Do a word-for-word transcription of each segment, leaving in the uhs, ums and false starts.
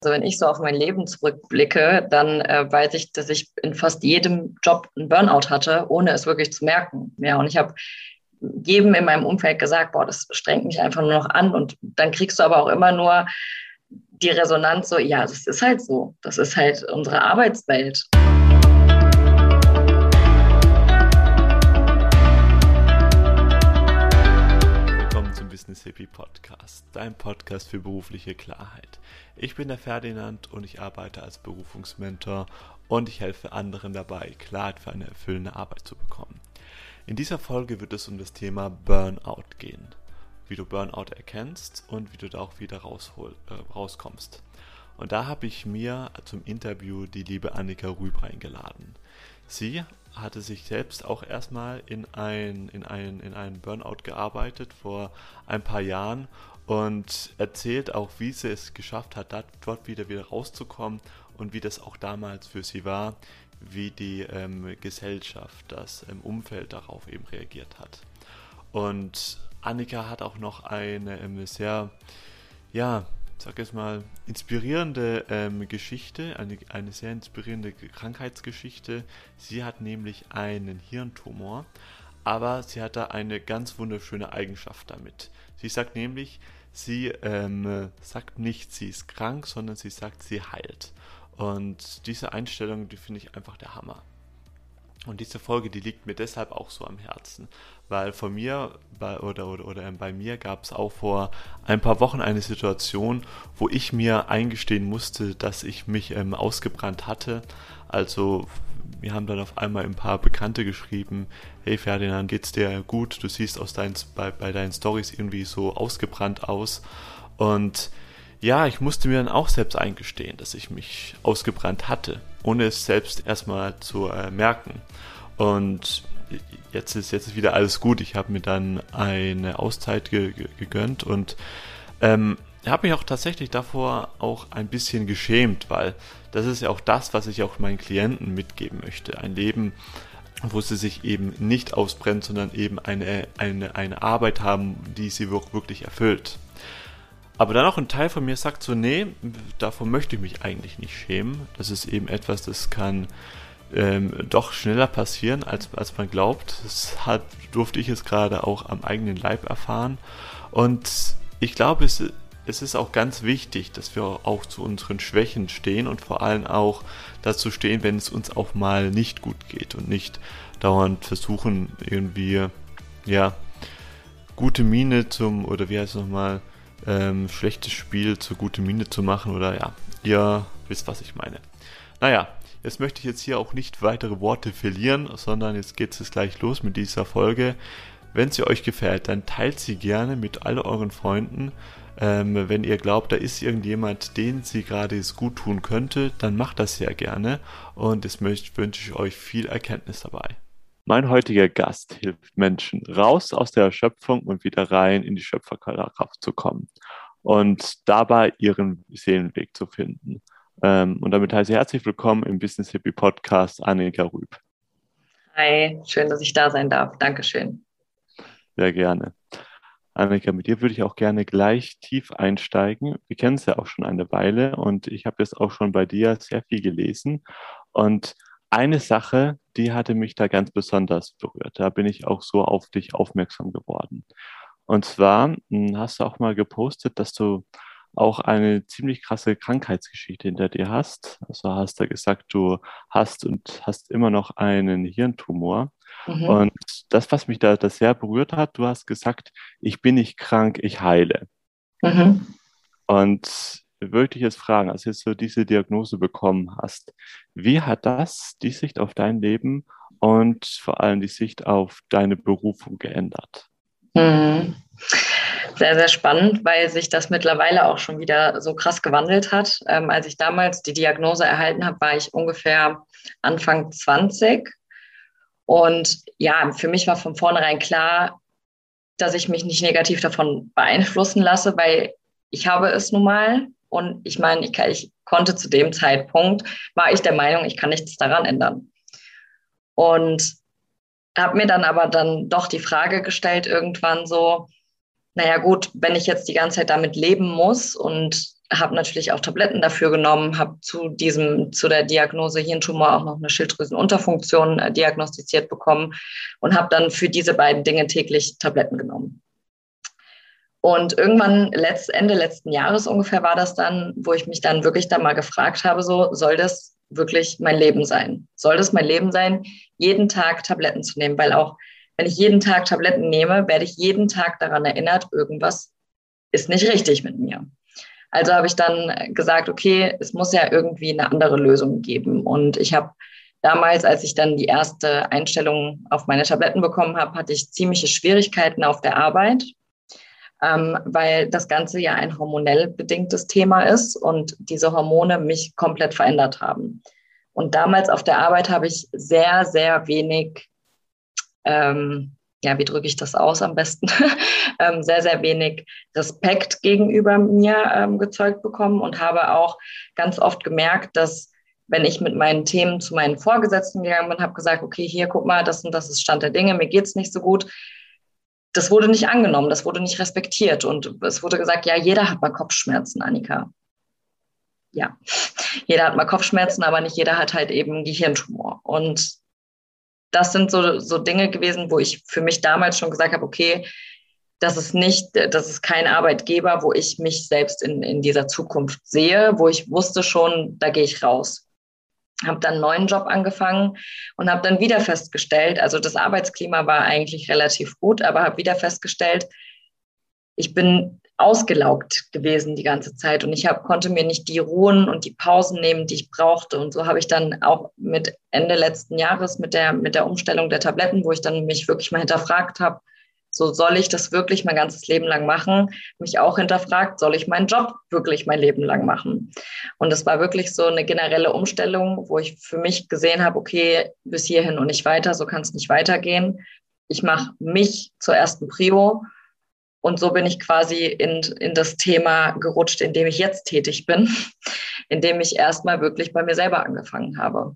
Also wenn ich so auf mein Leben zurückblicke, dann äh, weiß ich, dass ich in fast jedem Job einen Burnout hatte, ohne es wirklich zu merken. Ja, und ich habe jedem in meinem Umfeld gesagt, boah, das strengt mich einfach nur noch an. Und dann kriegst du aber auch immer nur die Resonanz so, ja, das ist halt so. Das ist halt unsere Arbeitswelt. Business Hippie Podcast, dein Podcast für berufliche Klarheit. Ich bin der Ferdinand und ich arbeite als Berufungsmentor und ich helfe anderen dabei, Klarheit für eine erfüllende Arbeit zu bekommen. In dieser Folge wird es um das Thema Burnout gehen, wie du Burnout erkennst und wie du da auch wieder raushol, äh, rauskommst. Und da habe ich mir zum Interview die liebe Annika Rüb eingeladen. Sie hatte sich selbst auch erstmal in ein, in ein, in einen Burnout gearbeitet vor ein paar Jahren und erzählt auch, wie sie es geschafft hat, dort wieder wieder rauszukommen und wie das auch damals für sie war, wie die ähm, Gesellschaft, das ähm, Umfeld darauf eben reagiert hat. Und Annika hat auch noch eine ähm, sehr, ja, sag jetzt mal, inspirierende ähm, Geschichte, eine, eine sehr inspirierende Krankheitsgeschichte. Sie hat nämlich einen Hirntumor, aber sie hat da eine ganz wunderschöne Eigenschaft damit. Sie sagt nämlich, sie ähm, sagt nicht, sie ist krank, sondern sie sagt, sie heilt. Und diese Einstellung, die finde ich einfach der Hammer. Und diese Folge, die liegt mir deshalb auch so am Herzen, weil von mir bei, oder, oder, oder bei mir gab es auch vor ein paar Wochen eine Situation, wo ich mir eingestehen musste, dass ich mich ähm, ausgebrannt hatte. Also wir haben dann auf einmal ein paar Bekannte geschrieben, hey Ferdinand, geht's dir gut? Du siehst aus deinen, bei, bei deinen Storys irgendwie so ausgebrannt aus. Und ja, ich musste mir dann auch selbst eingestehen, dass ich mich ausgebrannt hatte, ohne es selbst erstmal zu äh, merken. Und jetzt ist jetzt ist wieder alles gut. Ich habe mir dann eine Auszeit ge- ge- gegönnt und ähm, habe mich auch tatsächlich davor auch ein bisschen geschämt, weil das ist ja auch das, was ich auch meinen Klienten mitgeben möchte. Ein Leben, wo sie sich eben nicht ausbrennt, sondern eben eine, eine, eine Arbeit haben, die sie wirklich erfüllt. Aber dann auch ein Teil von mir sagt so, nee, davon möchte ich mich eigentlich nicht schämen. Das ist eben etwas, das kann ähm, doch schneller passieren, als, als man glaubt. Das hat, durfte ich jetzt gerade auch am eigenen Leib erfahren. Und ich glaube, es, es ist auch ganz wichtig, dass wir auch zu unseren Schwächen stehen und vor allem auch dazu stehen, wenn es uns auch mal nicht gut geht und nicht dauernd versuchen, irgendwie, ja, gute Miene zum, oder wie heißt es nochmal, Ähm, schlechtes Spiel zur gute Miene zu machen oder ja, ihr wisst, was ich meine. Naja, jetzt möchte ich jetzt hier auch nicht weitere Worte verlieren, sondern jetzt geht es gleich los mit dieser Folge. Wenn sie euch gefällt, dann teilt sie gerne mit all euren Freunden. Ähm, wenn ihr glaubt, da ist irgendjemand, den sie gerade jetzt gut tun könnte, dann macht das sehr gerne und jetzt möchte, wünsche ich euch viel Erkenntnis dabei. Mein heutiger Gast hilft Menschen, raus aus der Erschöpfung und wieder rein in die Schöpferkraft zu kommen und dabei ihren Seelenweg zu finden. Ähm, und damit heiße ich herzlich willkommen im Business Hippie Podcast Annika Rüb. Hi, schön, dass ich da sein darf. Dankeschön. Sehr gerne. Annika, mit dir würde ich auch gerne gleich tief einsteigen. Wir kennen es ja auch schon eine Weile und ich habe jetzt auch schon bei dir sehr viel gelesen und eine Sache, die hatte mich da ganz besonders berührt. Da bin ich auch so auf dich aufmerksam geworden. Und zwar mh, hast du auch mal gepostet, dass du auch eine ziemlich krasse Krankheitsgeschichte hinter dir hast. Also hast du gesagt, du hast und hast immer noch einen Hirntumor. Mhm. Und das, was mich da das sehr berührt hat, du hast gesagt, ich bin nicht krank, ich heile. Mhm. Und würde ich jetzt fragen, als du jetzt so diese Diagnose bekommen hast, wie hat das die Sicht auf dein Leben und vor allem die Sicht auf deine Berufung geändert? Mhm. Sehr, sehr spannend, weil sich das mittlerweile auch schon wieder so krass gewandelt hat. Ähm, als ich damals die Diagnose erhalten habe, war ich ungefähr Anfang zwanzig. Und ja, für mich war von vornherein klar, dass ich mich nicht negativ davon beeinflussen lasse, weil ich habe es nun mal. Und ich meine, ich, ich konnte zu dem Zeitpunkt, war ich der Meinung, ich kann nichts daran ändern. Und habe mir dann aber dann doch die Frage gestellt, irgendwann so, naja gut, wenn ich jetzt die ganze Zeit damit leben muss und habe natürlich auch Tabletten dafür genommen, habe zu diesem, zu der Diagnose Hirntumor auch noch eine Schilddrüsenunterfunktion äh, diagnostiziert bekommen und habe dann für diese beiden Dinge täglich Tabletten genommen. Und irgendwann letzt, Ende letzten Jahres ungefähr war das dann, wo ich mich dann wirklich dann mal gefragt habe, so, soll das wirklich mein Leben sein? Soll das mein Leben sein, jeden Tag Tabletten zu nehmen? Weil auch wenn ich jeden Tag Tabletten nehme, werde ich jeden Tag daran erinnert, irgendwas ist nicht richtig mit mir. Also habe ich dann gesagt, okay, es muss ja irgendwie eine andere Lösung geben. Und ich habe damals, als ich dann die erste Einstellung auf meine Tabletten bekommen habe, hatte ich ziemliche Schwierigkeiten auf der Arbeit, ähm, weil das Ganze ja ein hormonell bedingtes Thema ist und diese Hormone mich komplett verändert haben. Und damals auf der Arbeit habe ich sehr, sehr wenig, ähm, ja, wie drücke ich das aus am besten, ähm, sehr, sehr wenig Respekt gegenüber mir ähm, gezeugt bekommen und habe auch ganz oft gemerkt, dass wenn ich mit meinen Themen zu meinen Vorgesetzten gegangen bin, habe gesagt, okay, hier, guck mal, das und das ist Stand der Dinge, mir geht's nicht so gut. Das wurde nicht angenommen, das wurde nicht respektiert und es wurde gesagt, ja, jeder hat mal Kopfschmerzen, Annika. Ja, jeder hat mal Kopfschmerzen, aber nicht jeder hat halt eben einen Gehirntumor. Und das sind so, so Dinge gewesen, wo ich für mich damals schon gesagt habe, okay, das ist nicht, das ist kein Arbeitgeber, wo ich mich selbst in, in dieser Zukunft sehe, wo ich wusste schon, da gehe ich raus. Habe dann einen neuen Job angefangen und habe dann wieder festgestellt, also das Arbeitsklima war eigentlich relativ gut, aber habe wieder festgestellt, ich bin ausgelaugt gewesen die ganze Zeit und ich hab, konnte mir nicht die Ruhen und die Pausen nehmen, die ich brauchte. Und so habe ich dann auch mit Ende letzten Jahres mit der, mit der Umstellung der Tabletten, wo ich dann mich wirklich mal hinterfragt habe, so soll ich das wirklich mein ganzes Leben lang machen? Mich auch hinterfragt, soll ich meinen Job wirklich mein Leben lang machen? Und es war wirklich so eine generelle Umstellung, wo ich für mich gesehen habe, okay, bis hierhin und nicht weiter, so kann es nicht weitergehen. Ich mache mich zur ersten Prio. Und so bin ich quasi in, in das Thema gerutscht, in dem ich jetzt tätig bin, in dem ich erstmal wirklich bei mir selber angefangen habe.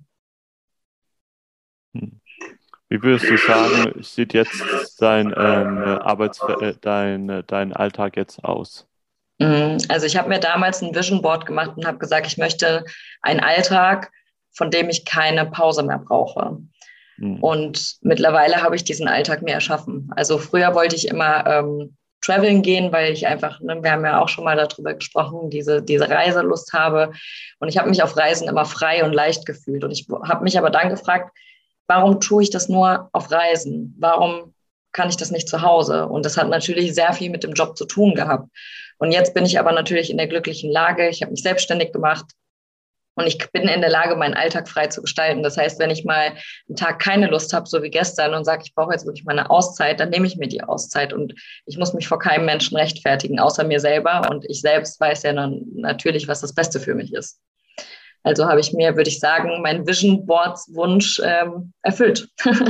Wie würdest du sagen, sieht jetzt dein, ähm, Arbeits äh, dein, dein Alltag jetzt aus? Also ich habe mir damals ein Vision Board gemacht und habe gesagt, ich möchte einen Alltag, von dem ich keine Pause mehr brauche. Mhm. Und mittlerweile habe ich diesen Alltag mir erschaffen. Also früher wollte ich immer ähm, traveln gehen, weil ich einfach, ne, wir haben ja auch schon mal darüber gesprochen, diese, diese Reiselust habe. Und ich habe mich auf Reisen immer frei und leicht gefühlt. Und ich habe mich aber dann gefragt, warum tue ich das nur auf Reisen? Warum kann ich das nicht zu Hause? Und das hat natürlich sehr viel mit dem Job zu tun gehabt. Und jetzt bin ich aber natürlich in der glücklichen Lage. Ich habe mich selbstständig gemacht und ich bin in der Lage, meinen Alltag frei zu gestalten. Das heißt, wenn ich mal einen Tag keine Lust habe, so wie gestern, und sage, ich brauche jetzt wirklich mal eine Auszeit, dann nehme ich mir die Auszeit und ich muss mich vor keinem Menschen rechtfertigen, außer mir selber. Und ich selbst weiß ja dann natürlich, was das Beste für mich ist. Also habe ich mir, würde ich sagen, meinen Vision Boards Wunsch ähm, erfüllt.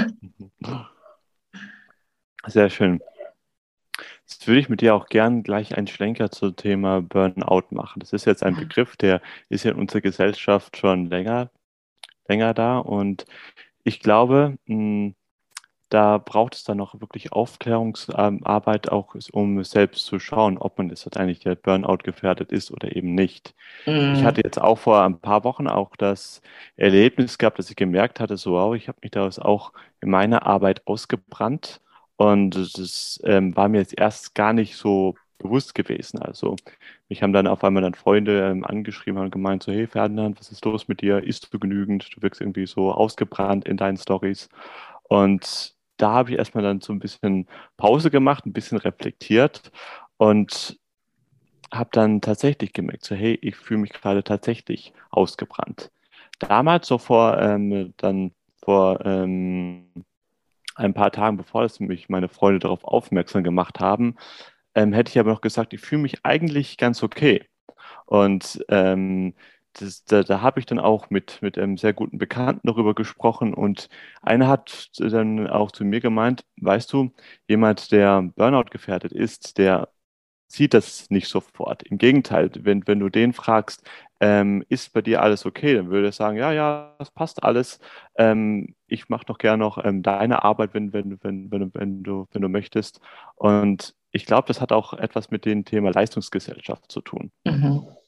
Sehr schön. Jetzt würde ich mit dir auch gern gleich einen Schlenker zum Thema Burnout machen. Das ist jetzt ein Begriff, der ist ja in unserer Gesellschaft schon länger, länger da. Und ich glaube, mh, da braucht es dann noch wirklich Aufklärungsarbeit, auch um selbst zu schauen, ob man jetzt eigentlich der Burnout gefährdet ist oder eben nicht. Mm. Ich hatte jetzt auch vor ein paar Wochen auch das Erlebnis gehabt, dass ich gemerkt hatte, so, wow, ich habe mich daraus auch in meiner Arbeit ausgebrannt. Und das ähm, war mir jetzt erst gar nicht so bewusst gewesen. Also mich haben dann auf einmal dann Freunde ähm, angeschrieben und gemeint, so, hey Ferdinand, was ist los mit dir? Isst du genügend? Du wirkst irgendwie so ausgebrannt in deinen Storys. Und da habe ich erstmal dann so ein bisschen Pause gemacht, ein bisschen reflektiert und habe dann tatsächlich gemerkt, so hey, ich fühle mich gerade tatsächlich ausgebrannt. Damals, so vor, ähm, dann vor ähm, ein paar Tagen, bevor das mich meine Freunde darauf aufmerksam gemacht haben, ähm, hätte ich aber noch gesagt, ich fühle mich eigentlich ganz okay. Und ähm, das, da, da habe ich dann auch mit, mit einem sehr guten Bekannten darüber gesprochen und einer hat dann auch zu mir gemeint, weißt du, jemand, der Burnout gefährdet ist, der sieht das nicht sofort. Im Gegenteil, wenn, wenn du den fragst, ähm, ist bei dir alles okay, dann würde er sagen, ja, ja, das passt alles. Ähm, ich mache doch gerne noch ähm, deine Arbeit, wenn, wenn, wenn, wenn, wenn du, wenn du möchtest. Und ich glaube, das hat auch etwas mit dem Thema Leistungsgesellschaft zu tun. Mhm.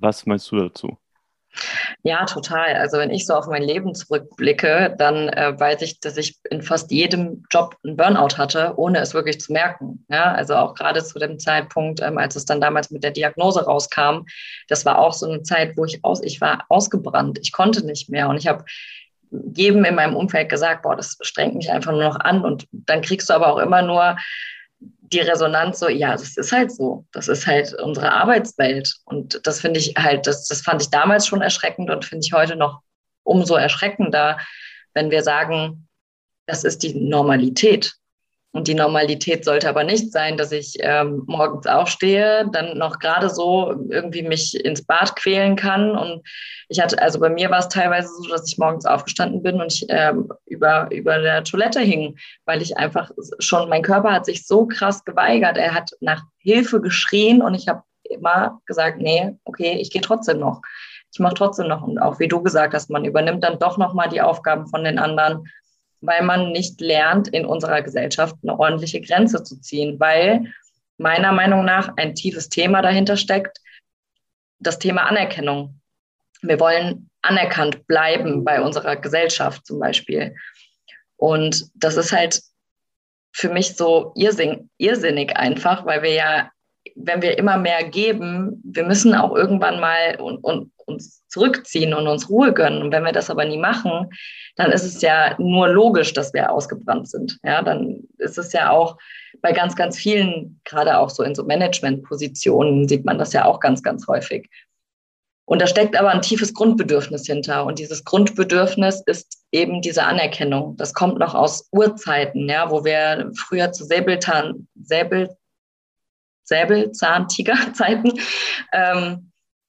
Was meinst du dazu? Ja, total. Also wenn ich so auf mein Leben zurückblicke, dann äh, weiß ich, dass ich in fast jedem Job einen Burnout hatte, ohne es wirklich zu merken. Ja, also auch gerade zu dem Zeitpunkt, ähm, als es dann damals mit der Diagnose rauskam, das war auch so eine Zeit, wo ich aus, ich war ausgebrannt. Ich konnte nicht mehr und ich habe jedem in meinem Umfeld gesagt, boah, das strengt mich einfach nur noch an. Und dann kriegst du aber auch immer nur die Resonanz so, ja, das ist halt so. Das ist halt unsere Arbeitswelt. Und das finde ich halt, das, das fand ich damals schon erschreckend und finde ich heute noch umso erschreckender, wenn wir sagen, das ist die Normalität. Und die Normalität sollte aber nicht sein, dass ich ähm, morgens aufstehe, dann noch gerade so irgendwie mich ins Bad quälen kann. Und ich hatte, also bei mir war es teilweise so, dass ich morgens aufgestanden bin und ich ähm, über, über der Toilette hing, weil ich einfach schon, mein Körper hat sich so krass geweigert. Er hat nach Hilfe geschrien und ich habe immer gesagt, nee, okay, ich gehe trotzdem noch. Ich mache trotzdem noch. Und auch wie du gesagt hast, man übernimmt dann doch nochmal die Aufgaben von den anderen, weil man nicht lernt, in unserer Gesellschaft eine ordentliche Grenze zu ziehen, weil meiner Meinung nach ein tiefes Thema dahinter steckt, das Thema Anerkennung. Wir wollen anerkannt bleiben bei unserer Gesellschaft zum Beispiel. Und das ist halt für mich so irrsinn, irrsinnig einfach, weil wir ja, wenn wir immer mehr geben, wir müssen auch irgendwann mal und, und, uns zurückziehen und uns Ruhe gönnen. Und wenn wir das aber nie machen, dann ist es ja nur logisch, dass wir ausgebrannt sind. Ja, dann ist es ja auch bei ganz, ganz vielen, gerade auch so in so Managementpositionen, sieht man das ja auch ganz, ganz häufig. Und da steckt aber ein tiefes Grundbedürfnis hinter. Und dieses Grundbedürfnis ist eben diese Anerkennung. Das kommt noch aus Urzeiten, ja, wo wir früher zu Säbelzahn, Säbel, Säbelzahntigerzeiten ähm,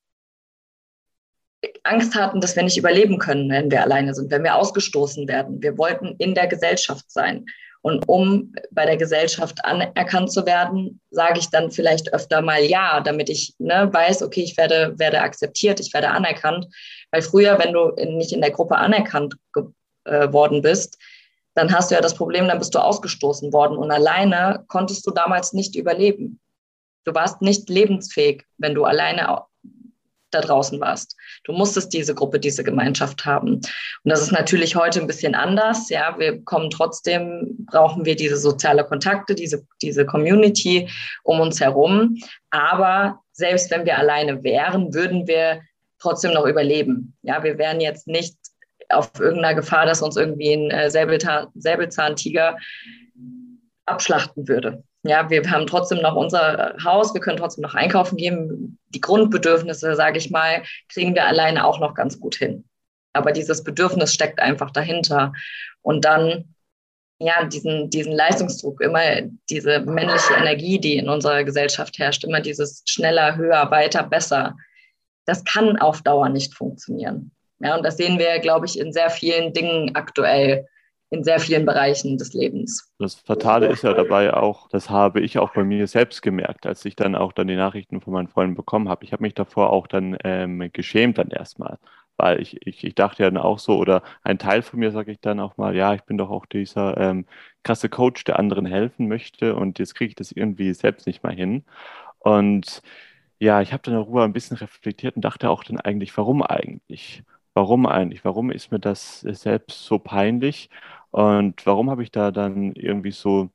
Angst hatten, dass wir nicht überleben können, wenn wir alleine sind, wenn wir ausgestoßen werden. Wir wollten in der Gesellschaft sein. Und um bei der Gesellschaft anerkannt zu werden, sage ich dann vielleicht öfter mal ja, damit ich ne, weiß, okay, ich werde, werde akzeptiert, ich werde anerkannt. Weil früher, wenn du nicht in der Gruppe anerkannt ge- äh, worden bist, dann hast du ja das Problem, dann bist du ausgestoßen worden. Und alleine konntest du damals nicht überleben. Du warst nicht lebensfähig, wenn du alleine da draußen warst. Du musstest diese Gruppe, diese Gemeinschaft haben. Und das ist natürlich heute ein bisschen anders. Ja, wir kommen trotzdem, brauchen wir diese soziale Kontakte, diese, diese Community um uns herum. Aber selbst wenn wir alleine wären, würden wir trotzdem noch überleben. Ja, wir wären jetzt nicht auf irgendeiner Gefahr, dass uns irgendwie ein äh, Säbelzahn, Säbelzahntiger abschlachten würde. Ja, wir haben trotzdem noch unser Haus, wir können trotzdem noch einkaufen gehen. Die Grundbedürfnisse, sage ich mal, kriegen wir alleine auch noch ganz gut hin. Aber dieses Bedürfnis steckt einfach dahinter. Und dann, ja, diesen, diesen Leistungsdruck, immer diese männliche Energie, die in unserer Gesellschaft herrscht, immer dieses schneller, höher, weiter, besser, das kann auf Dauer nicht funktionieren. Ja, und das sehen wir, glaube ich, in sehr vielen Dingen aktuell, in sehr vielen Bereichen des Lebens. Das Fatale ist ja dabei auch, das habe ich auch bei mir selbst gemerkt, als ich dann auch dann die Nachrichten von meinen Freunden bekommen habe. Ich habe mich davor auch dann ähm, geschämt dann erstmal, weil ich, ich, ich dachte ja dann auch so, oder ein Teil von mir sage ich dann auch mal, ja, ich bin doch auch dieser ähm, krasse Coach, der anderen helfen möchte und jetzt kriege ich das irgendwie selbst nicht mal hin. Und ja, ich habe dann in Ruhe ein bisschen reflektiert und dachte auch dann eigentlich, warum eigentlich? Warum eigentlich? Warum ist mir das selbst so peinlich? Und warum habe ich da dann irgendwie so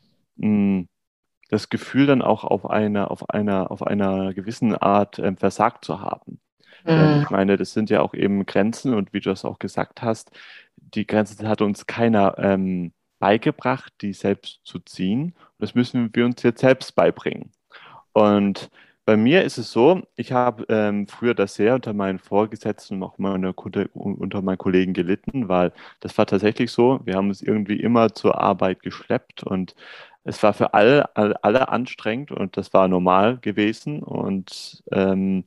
mh, das Gefühl, dann auch auf einer, auf einer, auf einer gewissen Art ähm, versagt zu haben? Denn Mhm. ich meine, das sind ja auch eben Grenzen und wie du das auch gesagt hast, die Grenzen hat uns keiner ähm, beigebracht, die selbst zu ziehen. Das müssen wir uns jetzt selbst beibringen. Und bei mir ist es so, ich habe ähm, früher das sehr unter meinen Vorgesetzten und auch meine, Kunde- unter meinen Kollegen gelitten, weil das war tatsächlich so. Wir haben uns irgendwie immer zur Arbeit geschleppt und es war für alle, alle, alle anstrengend und das war normal gewesen. Und ähm,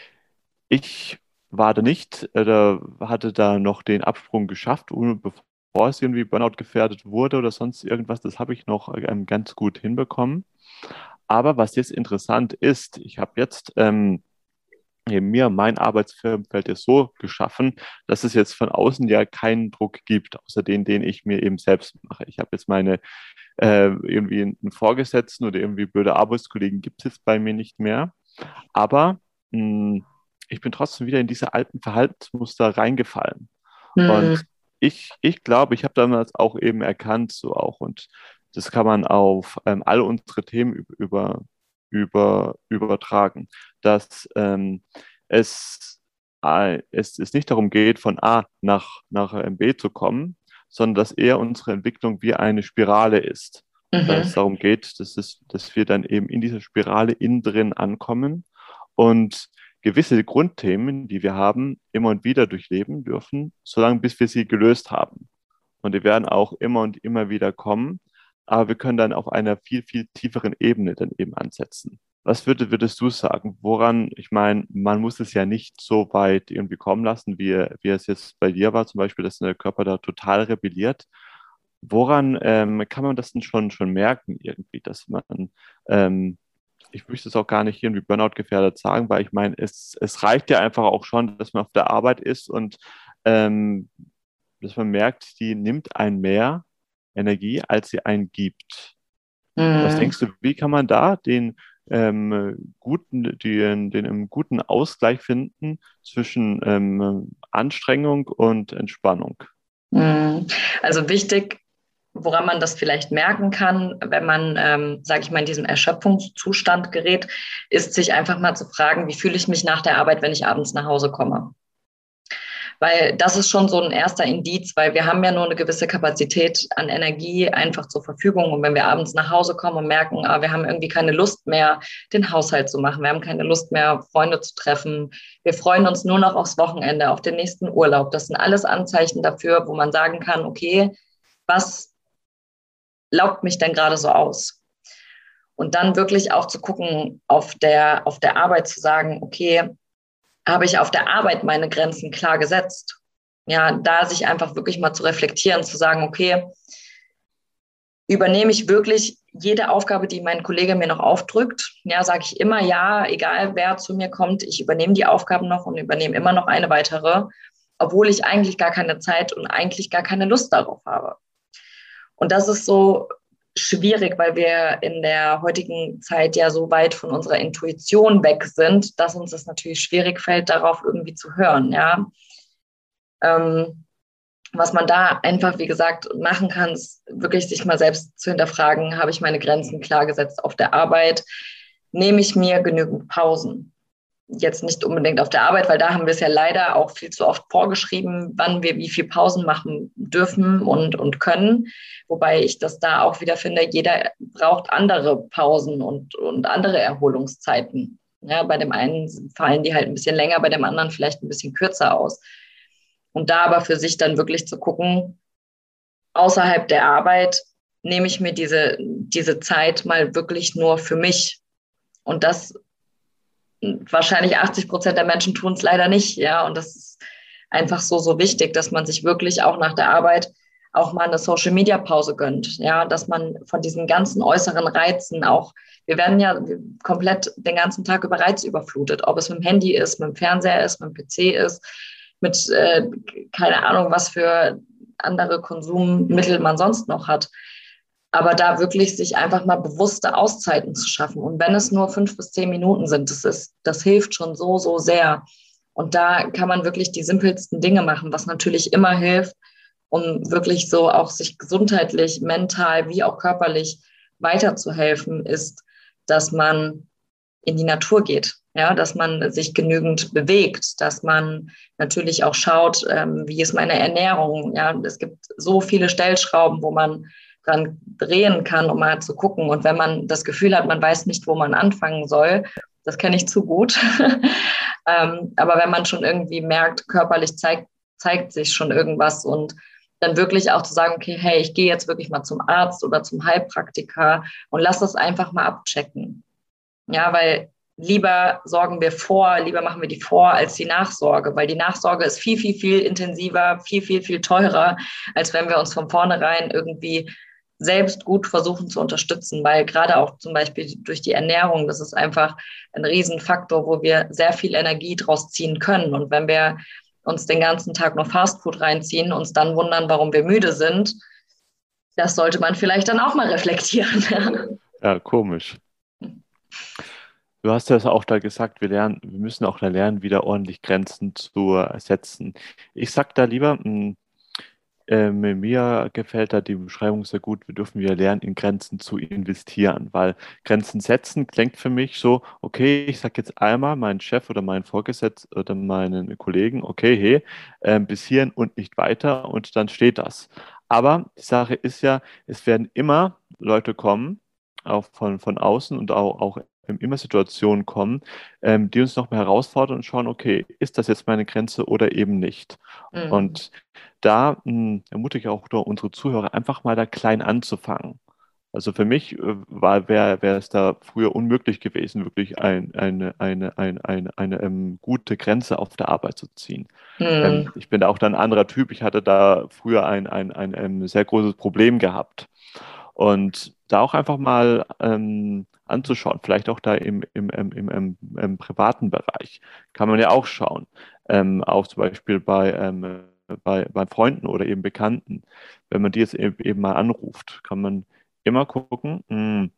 ich war da nicht, äh, da hatte da noch den Absprung geschafft, ohne, bevor es irgendwie Burnout gefährdet wurde oder sonst irgendwas. Das habe ich noch ähm, ganz gut hinbekommen. Aber was jetzt interessant ist, ich habe jetzt ähm, eben mir mein Arbeitsfeld ist so geschaffen, dass es jetzt von außen ja keinen Druck gibt, außer den, den ich mir eben selbst mache. Ich habe jetzt meine äh, irgendwie einen Vorgesetzten oder irgendwie blöde Arbeitskollegen gibt es jetzt bei mir nicht mehr. Aber mh, ich bin trotzdem wieder in diese alten Verhaltensmuster reingefallen. Mhm. Und ich, ich glaube, ich habe damals auch eben erkannt, so auch, und das kann man auf ähm, alle unsere Themen über, über, übertragen, dass ähm, es, äh, es, es nicht darum geht, von A nach, nach ähm, B zu kommen, sondern dass eher unsere Entwicklung wie eine Spirale ist. Dass es Mhm. darum geht, dass, es, dass wir dann eben in dieser Spirale innen drin ankommen und gewisse Grundthemen, die wir haben, immer und wieder durchleben dürfen, solange bis wir sie gelöst haben. Und die werden auch immer und immer wieder kommen, aber wir können dann auf einer viel, viel tieferen Ebene dann eben ansetzen. Was würdest, würdest du sagen? Woran, ich meine, man muss es ja nicht so weit irgendwie kommen lassen, wie, wie es jetzt bei dir war, zum Beispiel, dass der Körper da total rebelliert. Woran ähm, kann man das denn schon, schon merken, irgendwie, dass man ähm, ich möchte es auch gar nicht irgendwie Burnout gefährdet sagen, weil ich meine, es, es reicht ja einfach auch schon, dass man auf der Arbeit ist und ähm, dass man merkt, die nimmt einen mehr Energie, als sie einen gibt. Was Mhm. denkst du, wie kann man da den ähm, guten, den, den ähm, guten Ausgleich finden zwischen ähm, Anstrengung und Entspannung? Mhm. Also wichtig, woran man das vielleicht merken kann, wenn man, ähm, sage ich mal, in diesen Erschöpfungszustand gerät, ist sich einfach mal zu fragen, wie fühle ich mich nach der Arbeit, wenn ich abends nach Hause komme? Weil das ist schon so ein erster Indiz, weil wir haben ja nur eine gewisse Kapazität an Energie einfach zur Verfügung. Und wenn wir abends nach Hause kommen und merken, ah, wir haben irgendwie keine Lust mehr, den Haushalt zu machen, wir haben keine Lust mehr, Freunde zu treffen, wir freuen uns nur noch aufs Wochenende, auf den nächsten Urlaub. Das sind alles Anzeichen dafür, wo man sagen kann, okay, was laugt mich denn gerade so aus? Und dann wirklich auch zu gucken, auf der, auf der Arbeit zu sagen, okay, habe ich auf der Arbeit meine Grenzen klar gesetzt? Ja, da sich einfach wirklich mal zu reflektieren, zu sagen, okay, übernehme ich wirklich jede Aufgabe, die mein Kollege mir noch aufdrückt? Ja, sage ich immer ja, egal wer zu mir kommt, ich übernehme die Aufgaben noch und übernehme immer noch eine weitere, obwohl ich eigentlich gar keine Zeit und eigentlich gar keine Lust darauf habe. Und das ist so schwierig, weil wir in der heutigen Zeit ja so weit von unserer Intuition weg sind, dass uns das natürlich schwierig fällt, darauf irgendwie zu hören. Ja, ähm, was man da einfach, wie gesagt, machen kann, ist wirklich sich mal selbst zu hinterfragen, habe ich meine Grenzen klar gesetzt auf der Arbeit? Nehme ich mir genügend Pausen? Jetzt nicht unbedingt auf der Arbeit, weil da haben wir es ja leider auch viel zu oft vorgeschrieben, wann wir wie viel Pausen machen dürfen und, und können. Wobei ich das da auch wieder finde, jeder braucht andere Pausen und, und andere Erholungszeiten. Ja, bei dem einen fallen die halt ein bisschen länger, bei dem anderen vielleicht ein bisschen kürzer aus. Und da aber für sich dann wirklich zu gucken, außerhalb der Arbeit nehme ich mir diese, diese Zeit mal wirklich nur für mich. Und das wahrscheinlich achtzig Prozent der Menschen tun es leider nicht, ja. Und das ist einfach so, so wichtig, dass man sich wirklich auch nach der Arbeit auch mal eine Social-Media-Pause gönnt, ja, dass man von diesen ganzen äußeren Reizen auch, wir werden ja komplett den ganzen Tag über Reiz überflutet, ob es mit dem Handy ist, mit dem Fernseher ist, mit dem P C ist, mit, äh, keine Ahnung, was für andere Konsummittel man sonst noch hat. Aber da wirklich sich einfach mal bewusste Auszeiten zu schaffen. Und wenn es nur fünf bis zehn Minuten sind, das ist, das hilft schon so, so sehr. Und da kann man wirklich die simpelsten Dinge machen, was natürlich immer hilft, um wirklich so auch sich gesundheitlich, mental wie auch körperlich weiterzuhelfen, ist, dass man in die Natur geht, ja, dass man sich genügend bewegt, dass man natürlich auch schaut, ähm, wie ist meine Ernährung. Ja, es gibt so viele Stellschrauben, wo man dran drehen kann, um mal zu gucken. Und wenn man das Gefühl hat, man weiß nicht, wo man anfangen soll, das kenne ich zu gut. ähm, aber wenn man schon irgendwie merkt, körperlich zeigt, zeigt sich schon irgendwas und dann wirklich auch zu sagen, okay, hey, ich gehe jetzt wirklich mal zum Arzt oder zum Heilpraktiker und lass das einfach mal abchecken. Ja, weil lieber sorgen wir vor, lieber machen wir die Vor- als die Nachsorge, weil die Nachsorge ist viel, viel, viel intensiver, viel, viel, viel teurer, als wenn wir uns von vornherein irgendwie selbst gut versuchen zu unterstützen, weil gerade auch zum Beispiel durch die Ernährung, das ist einfach ein Riesenfaktor, wo wir sehr viel Energie draus ziehen können. Und wenn wir uns den ganzen Tag nur Fastfood reinziehen, uns dann wundern, warum wir müde sind, das sollte man vielleicht dann auch mal reflektieren. Ja, komisch. du hast ja auch da gesagt, wir lernen, wir müssen auch da lernen, wieder ordentlich Grenzen zu setzen. Ich sag da lieber, mh, ähm, mir gefällt da die Beschreibung sehr gut. Wir dürfen wieder lernen, in Grenzen zu investieren, weil Grenzen setzen klingt für mich so, okay, ich sage jetzt einmal meinen Chef oder meinen Vorgesetzten oder meinen Kollegen, okay, hey, ähm, bis hierhin und nicht weiter und dann steht das. Aber die Sache ist ja, es werden immer Leute kommen, auch von, von außen und auch, auch immer Situationen kommen, ähm, die uns nochmal herausfordern und schauen, okay, ist das jetzt meine Grenze oder eben nicht? Mhm. Und da mh, ermutige ich auch nur unsere Zuhörer, einfach mal da klein anzufangen. Also für mich äh, war, wäre wäre es da früher unmöglich gewesen, wirklich ein, eine, eine, eine, eine, eine ähm, gute Grenze auf der Arbeit zu ziehen. Ähm, Mhm. ich bin da auch dann ein anderer Typ. Ich hatte da früher ein, ein, ein, ein sehr großes Problem gehabt. Und da auch einfach mal ähm, anzuschauen, vielleicht auch da im, im, im, im, im, im privaten Bereich, kann man ja auch schauen. Ähm, auch zum Beispiel bei, ähm, bei, bei Freunden oder eben Bekannten. Wenn man die jetzt eben, eben mal anruft, kann man immer gucken, mh,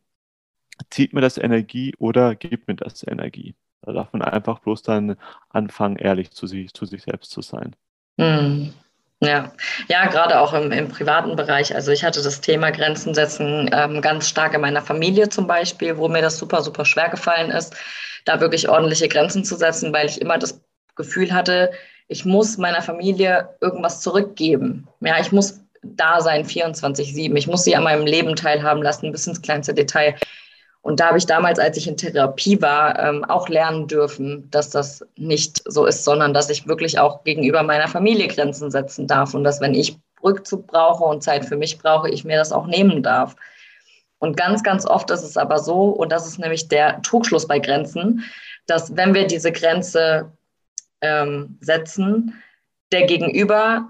zieht mir das Energie oder gibt mir das Energie? Da darf man einfach bloß dann anfangen, ehrlich zu sich, zu sich selbst zu sein. Mhm. Ja, ja, gerade auch im, im privaten Bereich. Also ich hatte das Thema Grenzen setzen ähm, ganz stark in meiner Familie zum Beispiel, wo mir das super, super schwer gefallen ist, da wirklich ordentliche Grenzen zu setzen, weil ich immer das Gefühl hatte, ich muss meiner Familie irgendwas zurückgeben. Ja, ich muss da sein, vierundzwanzig sieben. Ich muss sie an meinem Leben teilhaben lassen, bis ins kleinste Detail. Und da habe ich damals, als ich in Therapie war, ähm, auch lernen dürfen, dass das nicht so ist, sondern dass ich wirklich auch gegenüber meiner Familie Grenzen setzen darf und dass, wenn ich Rückzug brauche und Zeit für mich brauche, ich mir das auch nehmen darf. Und ganz, ganz oft ist es aber so, und das ist nämlich der Trugschluss bei Grenzen, dass wenn wir diese Grenze ähm, setzen, der Gegenüber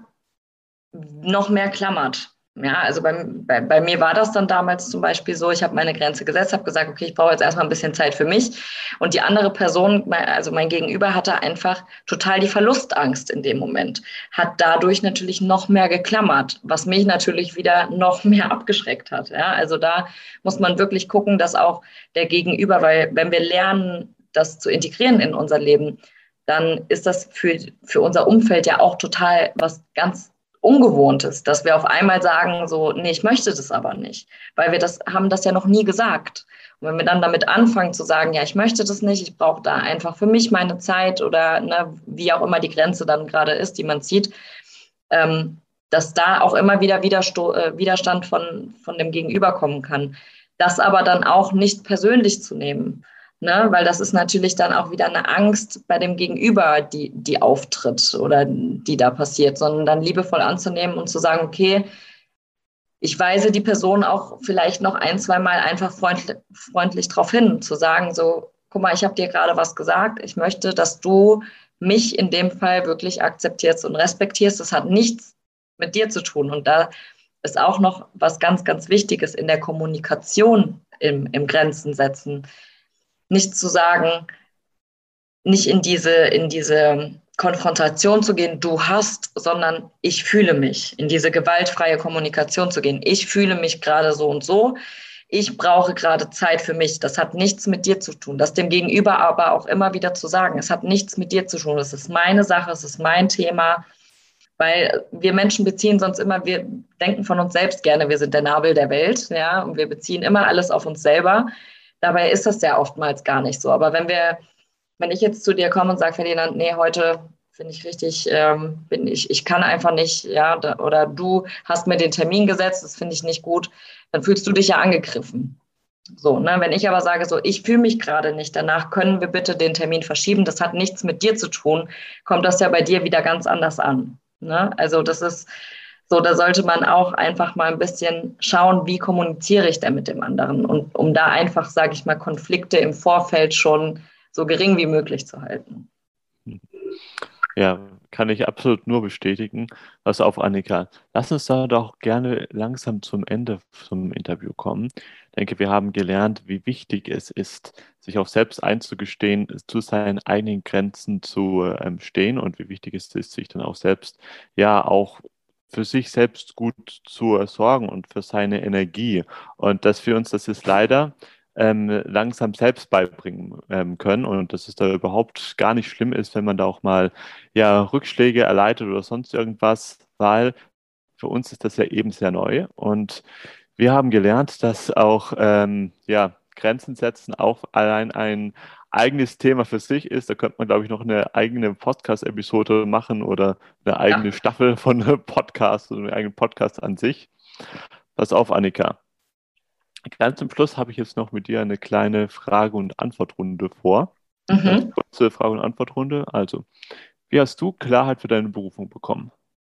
noch mehr klammert. Ja, also bei, bei, bei mir war das dann damals zum Beispiel so, ich habe meine Grenze gesetzt, habe gesagt, okay, ich brauche jetzt erstmal ein bisschen Zeit für mich. Und die andere Person, also mein Gegenüber, hatte einfach total die Verlustangst in dem Moment, hat dadurch natürlich noch mehr geklammert, was mich natürlich wieder noch mehr abgeschreckt hat. Ja, also da muss man wirklich gucken, dass auch der Gegenüber, weil wenn wir lernen, das zu integrieren in unser Leben, dann ist das für, für unser Umfeld ja auch total was ganz Ungewohntes, dass wir auf einmal sagen, so, nee, ich möchte das aber nicht, weil wir das haben das ja noch nie gesagt. Und wenn wir dann damit anfangen zu sagen, ja, ich möchte das nicht, ich brauche da einfach für mich meine Zeit oder ne, wie auch immer die Grenze dann gerade ist, die man zieht, ähm, dass da auch immer wieder Widersto äh, Widerstand von, von dem Gegenüber kommen kann. Das aber dann auch nicht persönlich zu nehmen, ne? Weil das ist natürlich dann auch wieder eine Angst bei dem Gegenüber, die, die auftritt oder die da passiert, sondern dann liebevoll anzunehmen und zu sagen, okay, ich weise die Person auch vielleicht noch ein, zwei Mal einfach freundlich, freundlich darauf hin, zu sagen, so, guck mal, ich habe dir gerade was gesagt, ich möchte, dass du mich in dem Fall wirklich akzeptierst und respektierst. Das hat nichts mit dir zu tun. Und da ist auch noch was ganz, ganz Wichtiges in der Kommunikation im, im Grenzen setzen. Nicht zu sagen, nicht in diese, in diese Konfrontation zu gehen, du hast, sondern ich fühle mich, in diese gewaltfreie Kommunikation zu gehen. Ich fühle mich gerade so und so. Ich brauche gerade Zeit für mich. Das hat nichts mit dir zu tun. Das dem Gegenüber aber auch immer wieder zu sagen. Es hat nichts mit dir zu tun. Es ist meine Sache, es ist mein Thema. Weil wir Menschen beziehen sonst immer, wir denken von uns selbst gerne, wir sind der Nabel der Welt, ja, und wir beziehen immer alles auf uns selber. Dabei ist das ja oftmals gar nicht so. Aber wenn wir wenn ich jetzt zu dir komme und sage, Ferdinand, nee, heute finde ich richtig, ähm, bin ich, ich kann einfach nicht, ja, da, oder du hast mir den Termin gesetzt, das finde ich nicht gut, dann fühlst du dich ja angegriffen. So, ne? Wenn ich aber sage, so, ich fühle mich gerade nicht, danach können wir bitte den Termin verschieben, das hat nichts mit dir zu tun, kommt das ja bei dir wieder ganz anders an. Ne? Also das ist so, da sollte man auch einfach mal ein bisschen schauen, wie kommuniziere ich denn mit dem anderen und um da einfach, sage ich mal, Konflikte im Vorfeld schon so gering wie möglich zu halten. Ja, kann ich absolut nur bestätigen. Pass auf, Annika. Lass uns da doch gerne langsam zum Ende zum Interview kommen. Ich denke, wir haben gelernt, wie wichtig es ist, sich auch selbst einzugestehen, zu seinen eigenen Grenzen zu ähm, stehen und wie wichtig es ist, sich dann auch selbst, ja, auch für sich selbst gut zu sorgen und für seine Energie. Und das für uns, das ist leider ähm, langsam selbst beibringen ähm, können und dass es da überhaupt gar nicht schlimm ist, wenn man da auch mal ja, Rückschläge erleidet oder sonst irgendwas, weil für uns ist das ja eben sehr neu und wir haben gelernt, dass auch ähm, ja, Grenzen setzen auch allein ein eigenes Thema für sich ist. Da könnte man, glaube ich, noch eine eigene Podcast-Episode machen oder eine eigene Ja. Staffel von einem Podcast oder einen eigenen Podcast an sich. Pass auf, Annika. Ganz zum Schluss habe ich jetzt noch mit dir eine kleine Frage- und Antwortrunde vor. Ganz Mhm. kurze Frage- und Antwortrunde. Also, wie hast du Klarheit für deine Berufung bekommen?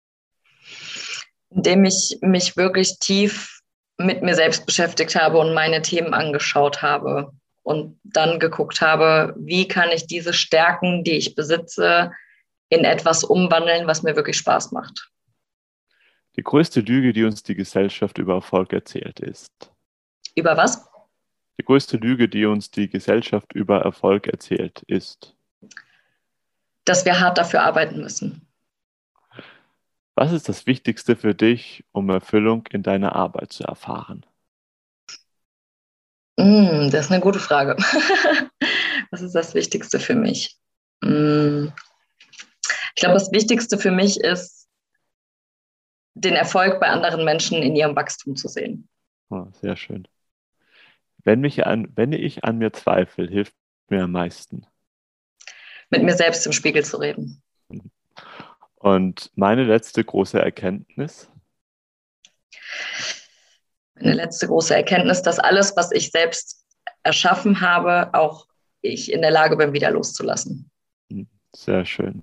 Indem ich mich wirklich tief mit mir selbst beschäftigt habe und meine Themen angeschaut habe und dann geguckt habe, wie kann ich diese Stärken, die ich besitze, in etwas umwandeln, was mir wirklich Spaß macht. Die größte Lüge, die uns die Gesellschaft über Erfolg erzählt, ist. Über was? Die größte Lüge, die uns die Gesellschaft über Erfolg erzählt, ist. Dass wir hart dafür arbeiten müssen. Was ist das Wichtigste für dich, um Erfüllung in deiner Arbeit zu erfahren? Mm, das ist eine gute Frage. Was ist das Wichtigste für mich? Mm, ich glaube, das Wichtigste für mich ist, den Erfolg bei anderen Menschen in ihrem Wachstum zu sehen. Oh, sehr schön. Wenn, mich an, wenn ich an mir zweifle, hilft mir am meisten. Mit mir selbst im Spiegel zu reden. Und meine letzte große Erkenntnis? Meine letzte große Erkenntnis, dass alles, was ich selbst erschaffen habe, auch ich in der Lage bin, wieder loszulassen. Sehr schön.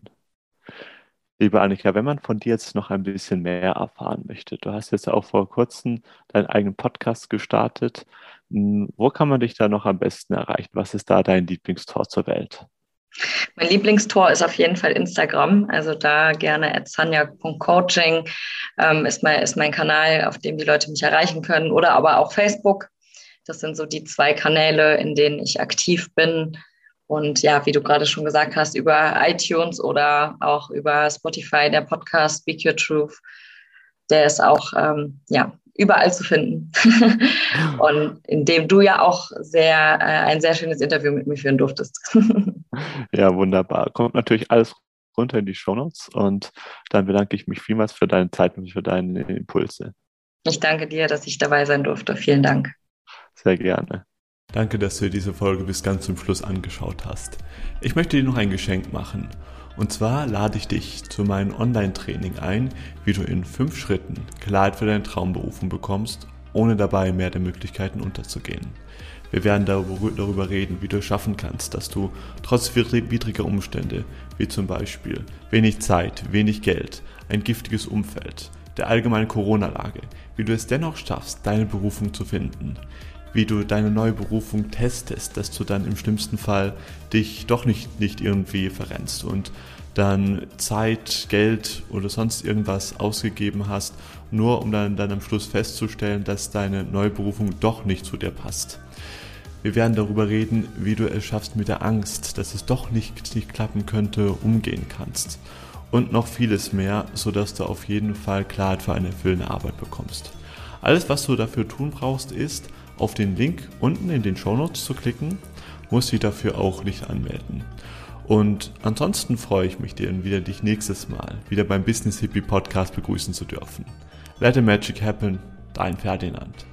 Liebe Annika, wenn man von dir jetzt noch ein bisschen mehr erfahren möchte, du hast jetzt auch vor kurzem deinen eigenen Podcast gestartet. Wo kann man dich da noch am besten erreichen? Was ist da dein Lieblingstor zur Welt? Mein Lieblingstor ist auf jeden Fall Instagram. Also da gerne at sanja punkt coaching ähm, ist, mein, ist mein Kanal, auf dem die Leute mich erreichen können. Oder aber auch Facebook. Das sind so die zwei Kanäle, in denen ich aktiv bin. Und ja, wie du gerade schon gesagt hast, über iTunes oder auch über Spotify, der Podcast Speak Your Truth, der ist auch ähm, ja, überall zu finden. Und in dem du ja auch sehr, äh, ein sehr schönes Interview mit mir führen durftest. Ja, wunderbar. Kommt natürlich alles runter in die Shownotes und dann bedanke ich mich vielmals für deine Zeit und für deine Impulse. Ich danke dir, dass ich dabei sein durfte. Vielen Dank. Sehr gerne. Danke, dass du dir diese Folge bis ganz zum Schluss angeschaut hast. Ich möchte dir noch ein Geschenk machen. Und zwar lade ich dich zu meinem Online-Training ein, wie du in fünf Schritten Klarheit für deine Traumberufung bekommst, ohne dabei mehr der Möglichkeiten unterzugehen. Wir werden darüber reden, wie du es schaffen kannst, dass du trotz widriger Umstände, wie zum Beispiel wenig Zeit, wenig Geld, ein giftiges Umfeld, der allgemeinen Corona-Lage, wie du es dennoch schaffst, deine Berufung zu finden, wie du deine neue Berufung testest, dass du dann im schlimmsten Fall dich doch nicht, nicht irgendwie verrennst und dann Zeit, Geld oder sonst irgendwas ausgegeben hast, nur um dann, dann am Schluss festzustellen, dass deine neue Berufung doch nicht zu dir passt. Wir werden darüber reden, wie du es schaffst, mit der Angst, dass es doch nicht, nicht klappen könnte, umgehen kannst. Und noch vieles mehr, sodass du auf jeden Fall Klarheit für eine erfüllende Arbeit bekommst. Alles, was du dafür tun brauchst, ist, auf den Link unten in den Shownotes zu klicken, musst dich dafür auch nicht anmelden. Und ansonsten freue ich mich, dir wieder dich nächstes Mal wieder beim Business Hippie Podcast begrüßen zu dürfen. Let the Magic Happen, dein Ferdinand.